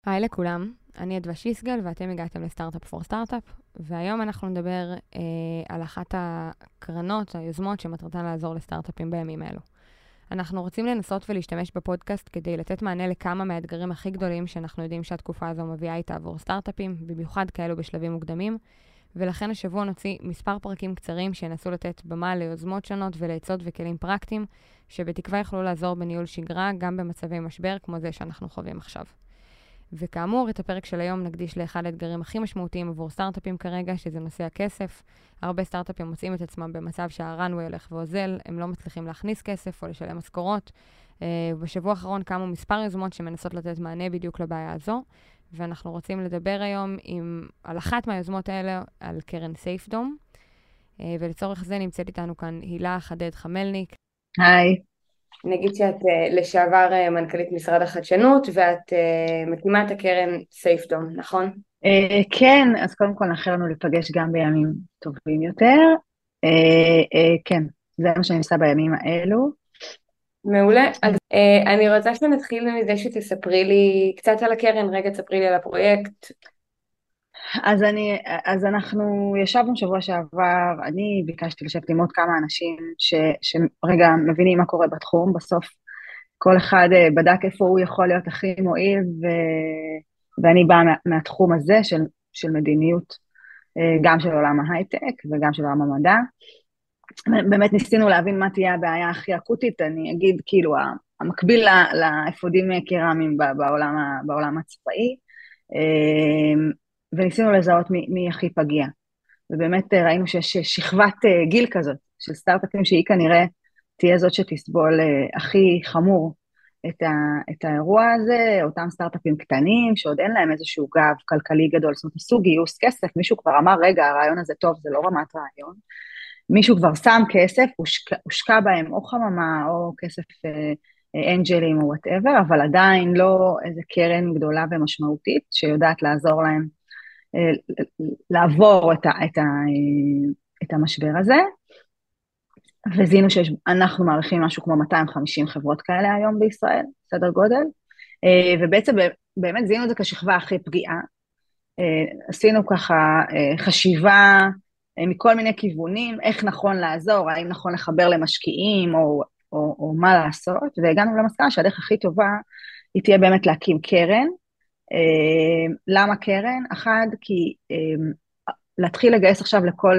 היי לכולם, אני אדווה שיסגל ואתם הגעתם לסטארט-אפ פור סטארט-אפ, והיום אנחנו נדבר על אחת הקרנות, היוזמות שמטרתן לעזור לסטארט-אפים בימים האלו. אנחנו רוצים לנסות ולהשתמש בפודקאסט כדי לתת מענה לכמה מהאתגרים הכי גדולים שאנחנו יודעים שהתקופה הזו מביאה איתה עבור סטארט-אפים, במיוחד כאלו בשלבים מוקדמים, ולכן השבוע נוציא מספר פרקים קצרים שינסו לתת במה ליוזמות שונות ולעצות וכלים פרקטיים, שבתקווה יכלו לעזור בניהול שגרה גם במצבי משבר כמו זה שאנחנו חווים עכשיו. וכאמור, את הפרק של היום נקדיש לאחד האתגרים הכי משמעותיים עבור סטארט-אפים כרגע, שזה נושא הכסף. הרבה סטארט-אפים מוצאים את עצמם במצב שהרנווי הולך ואוזל, הם לא מצליחים להכניס כסף או לשלם משכורות. בשבוע האחרון קמו מספר יוזמות שמנסות לתת מענה בדיוק לבעיה הזו, ואנחנו רוצים לדבר היום על אחת מהיוזמות האלה, על קרן סייפדום. ולצורך זה נמצאת איתנו כאן הילה חדד חמלניק. היי. נגיד שאת לשעבר מנכ"לית משרד החדשנות, ואת מקימה את הקרן סייפדום, נכון? כן, אז קודם כל נאחל לנו לפגש גם בימים טובים יותר. כן, זה מה שאני עושה בימים האלו. מעולה. אז אני רוצה שנתחיל מזה שתספרי לי קצת על הקרן, רגע תספרי לי על הפרויקט. אז אנחנו ישבנו שבוע שעבר, אני ביקשתי לשבת עם עוד כמה אנשים שרגע מבינים מה קורה בתחום. בסוף כל אחד בדק איפה הוא יכול להיות הכי מועיל, ואני באה מהתחום הזה של מדיניות, גם של עולם ההייטק וגם של עולם המדע. באמת ניסינו להבין מה תהיה הבעיה הכי אקוטית. אני אגיד כאילו המקביל לאפודים קרמיים בעולם הצבאי, וניסינו לזהות מי הכי פגיע. ובאמת ראינו שיש שכבת גיל כזאת של סטארט-אפים שהיא כנראה תהיה זאת שתסבול הכי חמור את האירוע הזה. אותם סטארט-אפים קטנים שעוד אין להם איזשהו גב כלכלי גדול, זאת אומרת עשו גיוס כסף, מישהו כבר אמר רגע הרעיון הזה טוב, זה לא רמת רעיון, מישהו כבר שם כסף, הושקע בהם או חממה או כסף אנג'לים או וואטאבר, אבל עדיין לא איזה קרן גדולה ומשמעותית שיודעת לעזור להם לעבור את המשבר הזה. וזינו שאנחנו מעריכים משהו כמו 250 חברות כאלה היום בישראל, סדר גודל, ובעצם באמת זינו את זה כשכבה הכי פגיעה. עשינו ככה חשיבה מכל מיני כיוונים, איך נכון לעזור, האם נכון לחבר למשקיעים או מה לעשות, והגענו למסקנה שהדרך הכי טובה היא תהיה באמת להקים קרן. למה קרן? אחד, כי להתחיל לגייס עכשיו לכל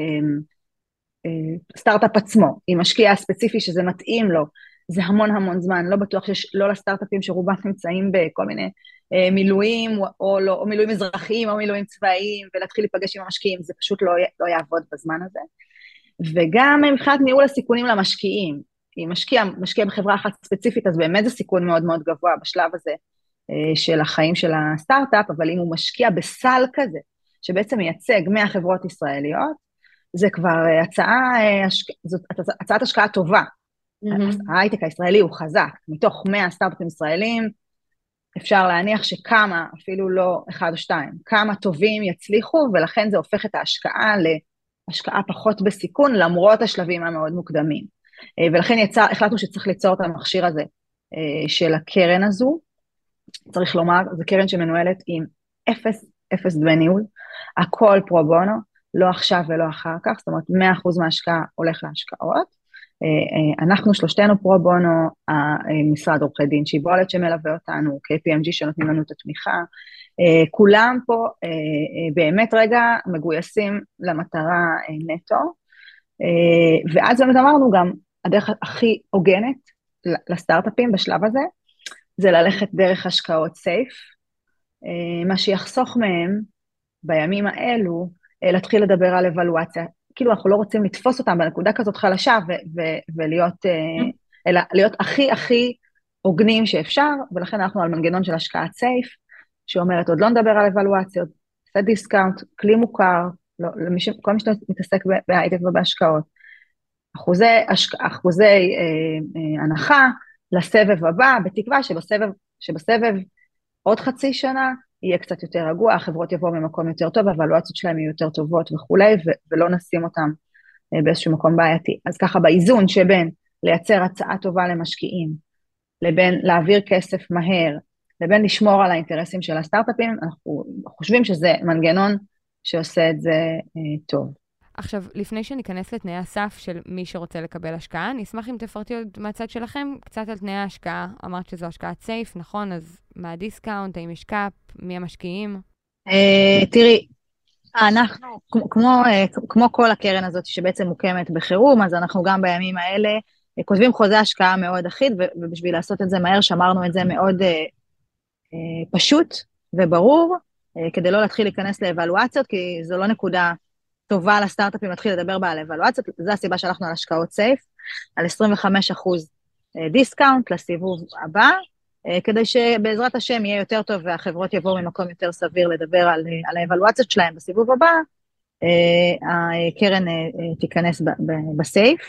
סטארט-אפ עצמו, עם משקיע ספציפי שזה מתאים לו, זה המון המון זמן. לא בטוח שיש, לא לסטארט-אפים שרובם נמצאים בכל מיני מילואים, או מילואים אזרחיים, או מילואים צבאיים, ולהתחיל להיפגש עם המשקיעים, זה פשוט לא יעבוד בזמן הזה. וגם מבחינת ניהול הסיכונים למשקיעים, אם משקיע בחברה אחת ספציפית, אז באמת זה סיכון מאוד מאוד גבוה בשלב הזה של החיים של הסטארט-אפ, אבל אם הוא משקיע בסל כזה, שבעצם מייצג 100 חברות ישראליות, זה כבר זאת הצעת השקעה טובה. ההייטק הישראלי הוא חזק, מתוך 100 סטארט-אפים ישראלים, אפשר להניח שכמה, אפילו לא אחד או שתיים, כמה טובים יצליחו, ולכן זה הופך את ההשקעה להשקעה פחות בסיכון, למרות השלבים המאוד מוקדמים. ולכן החלטנו שצריך ליצור את המכשיר הזה של הקרן הזו. צריך לומר, זו קרן שמנוהלת עם אפס דמי ניהול, הכל פרו בונו, לא עכשיו ולא אחר כך, זאת אומרת 100% מההשקעה הולך להשקעות. אנחנו שלושתנו פרו בונו, המשרד עורכי דין שיבולת שמלווה אותנו, KPMG שנותנים לנו את התמיכה, כולם פה באמת רגע מגויסים למטרה נטו, ואז באמת אמרנו גם, הדרך הכי הוגנת לסטארט-אפים בשלב הזה, זה ללכת דרך השקעות סייף, מה שיחסוך מהם בימים האלו, להתחיל לדבר על אבלואציה, כאילו אנחנו לא רוצים לתפוס אותם בנקודה כזאת חלשה, ולהיות אלא להיות הכי הכי הוגנים שאפשר, ולכן אנחנו על מנגנון של השקעת סייף, שאומרת עוד לא נדבר על אבלואציות, עושה דיסקאונט, כלי מוכר, כל מי שמתעסק בהייטק ובהשקעות, אחוזי הנחה לסבב הבא, בתקווה שבסבב עוד חצי שנה, יהיה קצת יותר רגוע, החברות יבואו ממקום יותר טוב, הוואלואציות שלהם יהיו יותר טובות וכולי, ולא נשים אותם באיזשהו מקום בעייתי. אז ככה באיזון שבין לייצר הצעה טובה למשקיעים, לבין להעביר כסף מהר, לבין לשמור על האינטרסים של הסטארט-אפים, אנחנו חושבים שזה מנגנון שעושה את זה טוב. עכשיו, לפני שניכנס לתנאי הסף של מי שרוצה לקבל השקעה, אני אשמח אם תפרטי עוד מהצד שלכם קצת על תנאי ההשקעה. אמרת שזו השקעת סייף, נכון? אז מה הדיסקאונט, האם יש קאפ, מי המשקיעים? תראי, אנחנו, כמו כל הקרן הזאת שבעצם מוקמת בחירום, אז אנחנו גם בימים האלה כותבים חוזה השקעה מאוד אחיד, ובשביל לעשות את זה מהר שמרנו את זה מאוד פשוט וברור, כדי לא להתחיל להיכנס לאבלואציות, כי זו לא נקודה טובה לסטארט-אפים להתחיל לדבר בה על אבלואציות, זו הסיבה שהלכנו על השקעות סייף, על 25% דיסקאונט לסיבוב הבא, כדי שבעזרת השם יהיה יותר טוב והחברות יבואו ממקום יותר סביר לדבר על האבלואציות שלהם בסיבוב הבא, הקרן תיכנס בסייף.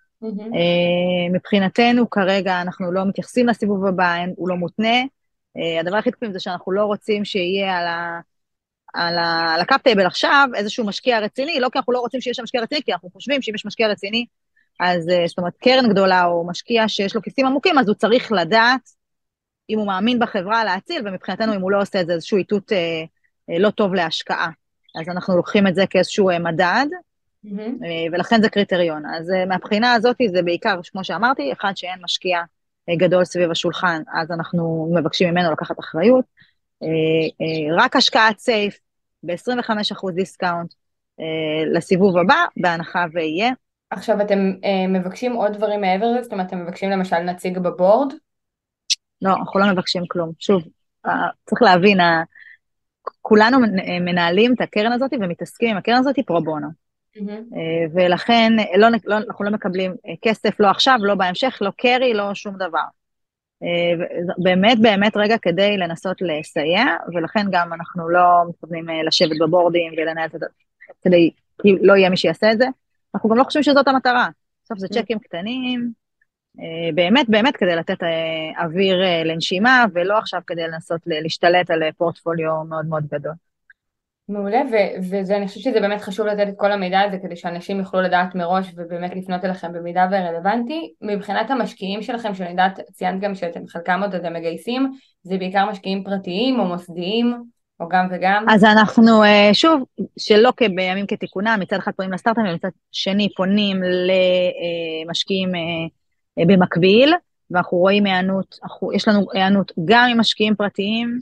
מבחינתנו כרגע אנחנו לא מתייחסים לסיבוב הבא, הוא לא מותנה, הדבר הכי קטן זה שאנחנו לא רוצים שיהיה על הקאפ טייבל עכשיו איזשהו משקיע רציני, לא כי אנחנו לא רוצים שיש שם משקיע רציני, כי אנחנו חושבים שאם יש משקיע רציני, אז זאת אומרת קרן גדולה או משקיע שיש לו כיסים עמוקים, אז הוא צריך לדעת אם הוא מאמין בחברה להציל, ומבחינתנו אם הוא לא עושה את זה איזשהו איתות לא טוב להשקעה. אז אנחנו לוקחים את זה כאיזשהו מדד, ולכן זה קריטריון. אז מהבחינה הזאת זה בעיקר, כמו שאמרתי, אחד שאין משקיע גדול סביב השולחן, אז אנחנו מבקשים ממנו לקחת אחריות, רק השקעת סייף ב-25% דיסקאונט לסיבוב הבא, בהנחה ויהיה. עכשיו, אתם מבקשים עוד דברים מעבר לזה? זאת אומרת, אתם מבקשים למשל נציג בבורד? לא, אנחנו לא מבקשים כלום. שוב, צריך להבין, כולנו מנהלים את הקרן הזאת ומתעסקים עם הקרן הזאת פרו בונו. ולכן אנחנו לא מקבלים כסף, לא עכשיו, לא בהמשך, לא קרי, לא שום דבר. באמת, באמת רגע כדי לנסות לסייע, ולכן גם אנחנו לא מתכוונים לשבת בבורדים ולנהל את זה, כדי, כי לא יהיה מי שיעשה את זה. אנחנו גם לא חושבים שזאת המטרה. בסוף זה צ'קים קטנים, באמת, באמת כדי לתת אוויר לנשימה, ולא עכשיו כדי לנסות להשתלט על פורטפוליו מאוד מאוד גדול. מעולה, ואני חושבת שזה באמת חשוב לתת את כל המידע הזה, כדי שאנשים יוכלו לדעת מראש, ובאמת לפנות אליכם במידה ורלוונטי. מבחינת המשקיעים שלכם, שאני יודעת, ציינת גם שאתם חלקם עוד אתם מגייסים, זה בעיקר משקיעים פרטיים או מוסדיים, או גם וגם? אז אנחנו, שוב, שלא בימים כתיקונם, מצד אחד פונים לסטארט-אפים, ומצד שני פונים למשקיעים במקביל, ואנחנו רואים הענות, יש לנו הענות גם עם משקיעים פרטיים,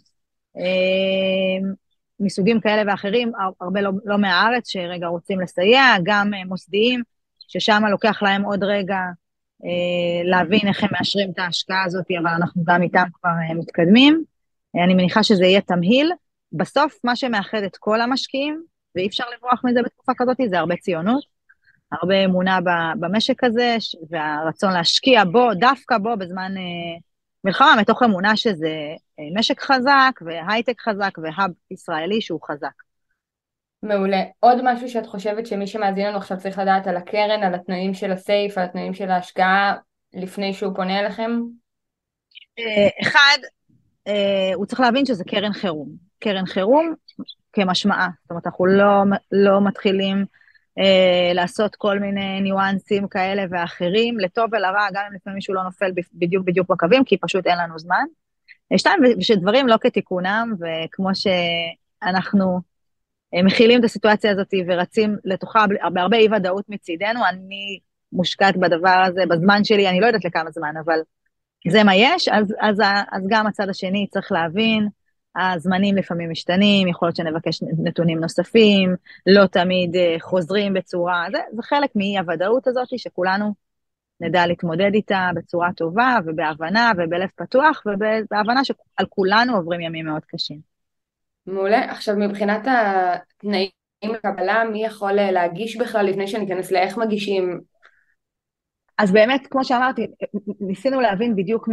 מסוגים כאלה ואחרים, הרבה לא מהארץ שרגע רוצים לסייע, גם מוסדיים, ששם לוקח להם עוד רגע להבין איך הם מאשרים את ההשקעה הזאת, אבל אנחנו גם איתם כבר מתקדמים. אני מניחה שזה יהיה תמהיל. בסוף מה שמאחד את כל המשקיעים, ואי אפשר לברוח מזה בתקופה כזאת, זה הרבה ציונות, הרבה אמונה במשק הזה, והרצון להשקיע בו, דווקא בו בזמן מלחמה, מתוך אמונה שזה משק חזק, והייטק חזק, והאב ישראלי שהוא חזק. מעולה. עוד משהו שאת חושבת שמי שמאזין לנו עכשיו צריך לדעת על הקרן, על התנאים של הסייף, על התנאים של ההשקעה, לפני שהוא פונה אליכם? אחד, הוא צריך להבין שזה קרן חירום. קרן חירום כמשמעה. זאת אומרת, אנחנו לא מתחילים לעשות כל מיני ניואנסים כאלה ואחרים, לטוב ולרע, גם אם לפעמים מישהו לא נופל בדיוק בקווים, כי פשוט אין לנו זמן. שתיים, ושדברים לא כתיקונם, וכמו שאנחנו מכילים את הסיטואציה הזאת ורצים לתוכה בהרבה אי ודאות מצידנו, אני מושקעת בדבר הזה בזמן שלי, אני לא יודעת לכמה זמן, אבל זה מה יש, אז גם הצד השני צריך להבין, הזמנים לפעמים משתנים, יכול להיות שנבקש נתונים נוספים, לא תמיד חוזרים בצורה, זה חלק מאי הוודאות הזאת שכולנו נדע להתמודד איתה בצורה טובה ובהבנה ובלב פתוח ובהבנה שעל כולנו עוברים ימים מאוד קשים. מעולה. עכשיו מבחינת התנאים לקבלה, מי יכול להגיש בכלל לפני שניכנס לאיך מגישים? אז באמת, כמו שאמרתי, ניסינו להבין בדיוק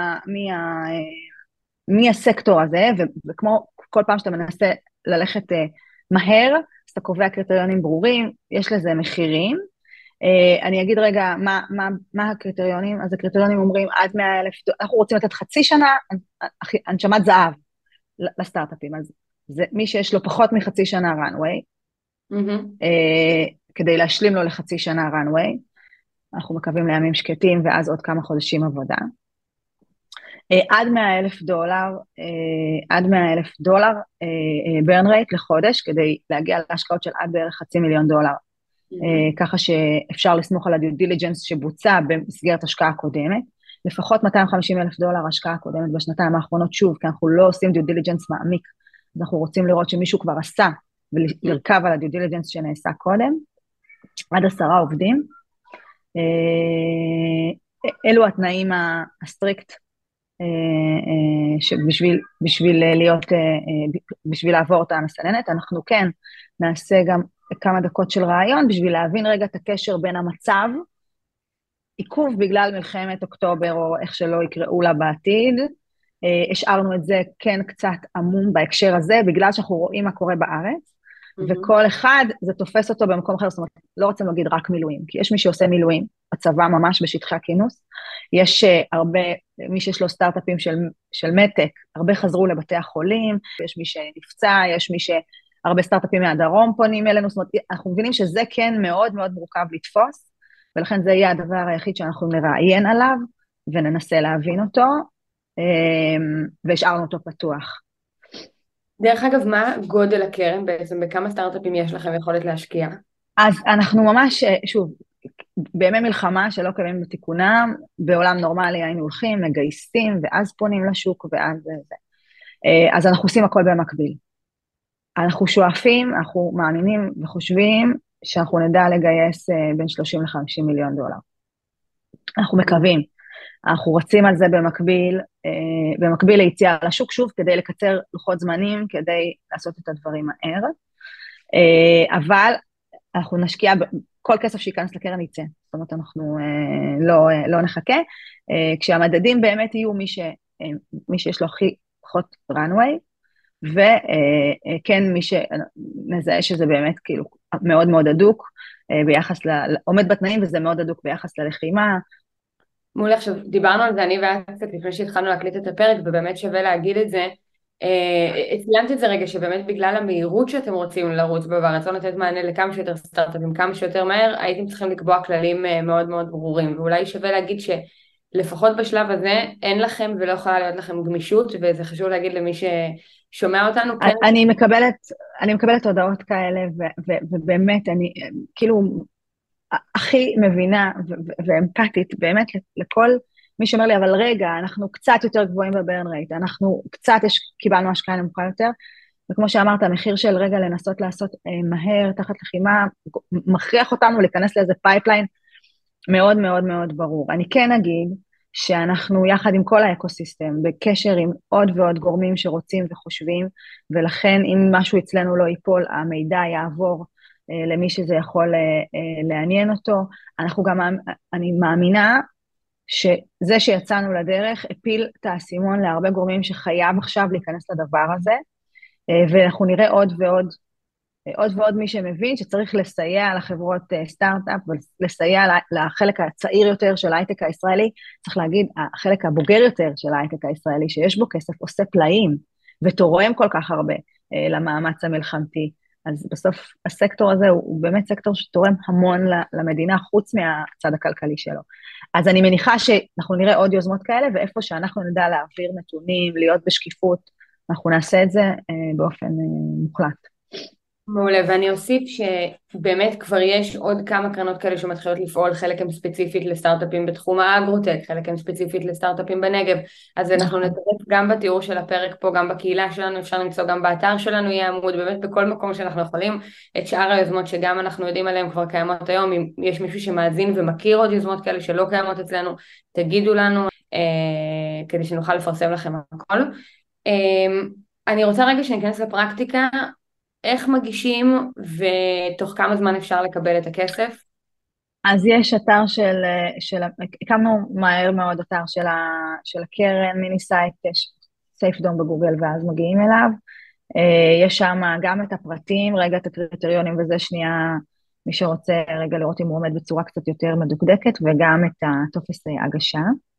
מי הסקטור הזה, וכמו כל פעם שאתה מנסה ללכת מהר, אז אתה קובע קריטריונים ברורים, יש לזה מחירים. אני אגיד רגע מה הקריטריונים, אז הקריטריונים אומרים עד 100,000, אנחנו רוצים לתת חצי שנה, הנשמת זהב לסטארט-אפים, אז זה מי שיש לו פחות מחצי שנה runway, כדי להשלים לו לחצי שנה runway, אנחנו מקווים לימים שקטים ואז עוד כמה חודשים עבודה. עד 100,000 דולר, עד 100,000 דולר burn rate לחודש, כדי להגיע להשקעות של עד בערך $500,000. ככה שאפשר לסמוך על הדיו דיליג'נס שבוצע במסגרת השקעה קודמת, לפחות $250,000 השקעה קודמת בשנתיים האחרונות, שוב, כי אנחנו לא עושים דיו דיליג'נס מעמיק, אנחנו רוצים לראות שמישהו כבר עשה, ולרכב על הדיו דיליג'נס שנעשה קודם, עד 10 עובדים. אלו התנאים הסטריקט, בשביל לעבור את המסננת. אנחנו כן נעשה גם כמה דקות של רעיון, בשביל להבין רגע את הקשר בין המצב, עיכוב בגלל מלחמת אוקטובר, או איך שלא יקראו לה בעתיד, השארנו את זה כן קצת עמום בהקשר הזה, בגלל שאנחנו רואים מה קורה בארץ, וכל אחד זה תופס אותו במקום אחר, זאת אומרת, לא רוצים להגיד רק מילואים, כי יש מי שעושה מילואים, בצבא ממש בשטחי הכינוס, יש הרבה, מי שיש לו סטארט-אפים של מטק, הרבה חזרו לבתי החולים, יש מי שנפצע, יש מי שהרבה סטארט-אפים מהדרום פונים אלינו, זאת אומרת, אנחנו מבינים שזה כן מאוד מאוד מורכב לתפוס, ולכן זה יהיה הדבר היחיד שאנחנו נראיין עליו, וננסה להבין אותו, והשארנו אותו פתוח. דרך אגב, מה גודל הקרן בעצם? בכמה סטארט-אפים יש לכם יכולת להשקיע? אז אנחנו ממש, שוב, בימי מלחמה שלא קיימים בתיקונם, בעולם נורמלי היינו הולכים, מגייסים, ואז פונים לשוק, ואז זה. אז אנחנו עושים הכל במקביל. אנחנו שואפים, אנחנו מאמינים וחושבים שאנחנו נדע לגייס בין 30 ל-50 מיליון דולר. אנחנו מקווים. אנחנו רצים על זה במקביל ליציאה לשוק, שוב, כדי לקצר לוחות זמנים, כדי לעשות את הדברים מהר. אבל אנחנו נשקיע, כל כסף שייכנס לקרן יצא. זאת אומרת, אנחנו לא נחכה. כשהמדדים באמת יהיו מי שיש לו הכי פחות runway, וכן מי שנזהה שזה באמת כאילו מאוד מאוד הדוק, ביחס, עומד בתנאים וזה מאוד הדוק ביחס ללחימה. מולי, עכשיו דיברנו על זה, אני ואת קצת לפני שהתחלנו להקליט את הפרק, ובאמת שווה להגיד את זה. ציינת את זה רגע, שבאמת בגלל המהירות שאתם רוצים לרוץ ברצון לתת מענה לכמה שיותר סטארט-אפים, כמה שיותר מהר, הייתם צריכים לקבוע כללים מאוד מאוד ברורים, ואולי שווה להגיד שלפחות בשלב הזה אין לכם ולא יכולה להיות לכם גמישות, וזה חשוב להגיד למי ששומע אותנו. כן. אני מקבלת הודעות כאלה, ובאמת אני כאילו הכי מבינה ואמפתית, באמת לכל מי שאומר לי, אבל רגע, אנחנו קצת יותר גבוהים בברן רייט, אנחנו קצת קיבלנו השקעה נמוכה יותר, וכמו שאמרת, המחיר של רגע לנסות לעשות מהר, תחת לחימה, מכריח אותנו להיכנס לאיזה פייפליין מאוד מאוד מאוד ברור. אני כן אגיד שאנחנו יחד עם כל האקוסיסטם, בקשר עם עוד ועוד גורמים שרוצים וחושבים, ולכן אם משהו אצלנו לא ייפול, המידע יעבור למי שזה יכול לעניין אותו. אנחנו גם, אני מאמינה, שזה שיצאנו לדרך הפיל את האסימון להרבה גורמים שחייב עכשיו להיכנס לדבר הזה, ואנחנו נראה עוד ועוד מי שמבין שצריך לסייע לחברות סטארט-אפ, ולסייע לחלק הצעיר יותר של ההייטק הישראלי, צריך להגיד, החלק הבוגר יותר של ההייטק הישראלי, שיש בו כסף, עושה פלאים, ותורם כל כך הרבה למאמץ המלחמתי. אז בסוף הסקטור הזה הוא באמת סקטור שתורם המון למדינה, חוץ מהצד הכלכלי שלו. אז אני מניחה שאנחנו נראה עוד יוזמות כאלה, ואיפה שאנחנו נדע להעביר נתונים, להיות בשקיפות, אנחנו נעשה את זה באופן מוחלט. מעולה, ואני אוסיף שבאמת כבר יש עוד כמה קרנות כאלה שמתחילות לפעול, חלק הם ספציפית לסטארט-אפים בתחום האגרוטק, חלק הם ספציפית לסטארט-אפים בנגב, אז אנחנו נתראה גם בתיאור של הפרק פה, גם בקהילה שלנו, אפשר למצוא גם באתר שלנו, יהיה עמוד באמת בכל מקום שאנחנו יכולים, את שאר היוזמות שגם אנחנו יודעים עליהן כבר קיימות היום, אם יש מישהו שמאזין ומכיר עוד יוזמות כאלה שלא קיימות אצלנו, תגידו לנו, כדי שנוכל לפרסם לכם הכל. אני רוצה רגע שניכנס לפרקטיקה, איך מגישים ותוך כמה זמן אפשר לקבל את הכסף? אז יש אתר הקמנו מהר מאוד אתר של הקרן, מיני סייט, יש סייפדום בגוגל ואז מגיעים אליו. יש שם גם את הפרטים, רגע את הקריטריונים וזה שנייה, מי שרוצה רגע לראות אם הוא עומד בצורה קצת יותר מדוקדקת, וגם את הטופס הגשה.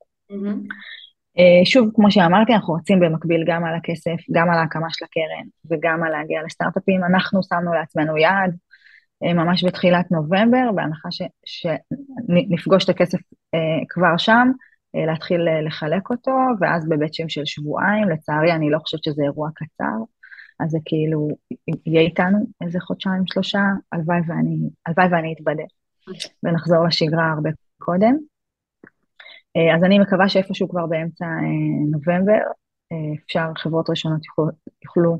שוב, כמו שאמרתי, אנחנו רוצים במקביל גם על הכסף, גם על ההקמה של הקרן, וגם על להגיע לסטארט-אפים. אנחנו שמנו לעצמנו יעד, ממש בתחילת נובמבר, בהנחה שנפגוש את הכסף כבר שם, להתחיל לחלק אותו, ואז בבאצ'ים של שבועיים, לצערי אני לא חושבת שזה אירוע קצר, אז זה כאילו יהיה איתנו איזה חודשיים, שלושה, הלוואי ואני אתבדה, ונחזור לשגרה הרבה קודם. אז אני מקווה שאיפשהו כבר באמצע נובמבר, אפשר, חברות ראשונות יוכלו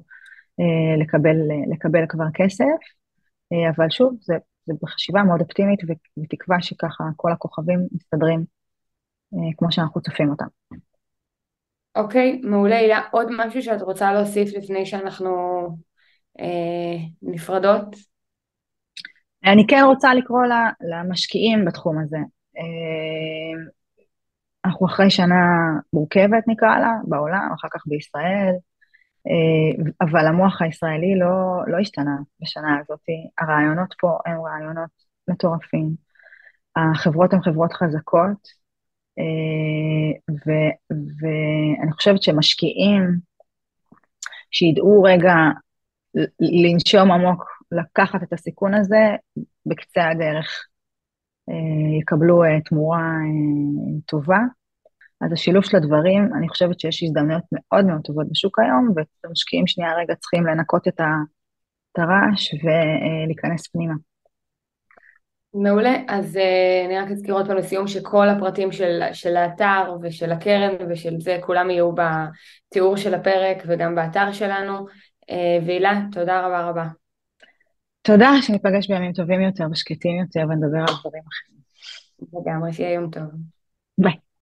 לקבל כבר כסף, אבל שוב, זה בחשיבה מאוד אופטימית, ותקווה שככה כל הכוכבים מסתדרים כמו שאנחנו צופים אותם. אוקיי, מעולה. הילה, עוד משהו שאת רוצה להוסיף לפני שאנחנו נפרדות? אני כן רוצה לקרוא למשקיעים בתחום הזה. אנחנו אחרי שנה מורכבת נקרא לה, בעולם, אחר כך בישראל, אבל המוח הישראלי לא השתנה בשנה הזאת. הרעיונות פה הם רעיונות מטורפים. החברות הן חברות חזקות, ואני חושבת שמשקיעים שידעו רגע לנשום עמוק, לקחת את הסיכון הזה, בקצה הדרך יקבלו תמורה טובה. אז השילוב של הדברים, אני חושבת שיש הזדמנויות מאוד מאוד טובות בשוק היום, ומשקיעים שנייה רגע צריכים לנקות את הרעש ולהיכנס פנימה. מעולה, אז אני רק אזכיר עוד פעם לסיום שכל הפרטים של האתר ושל הקרן ושל זה, כולם יהיו בתיאור של הפרק וגם באתר שלנו. והילה, תודה רבה רבה. תודה, שניפגש בימים טובים יותר ושקטים יותר ונדבר על דברים אחרים. לגמרי, שיהיה יום טוב. ביי.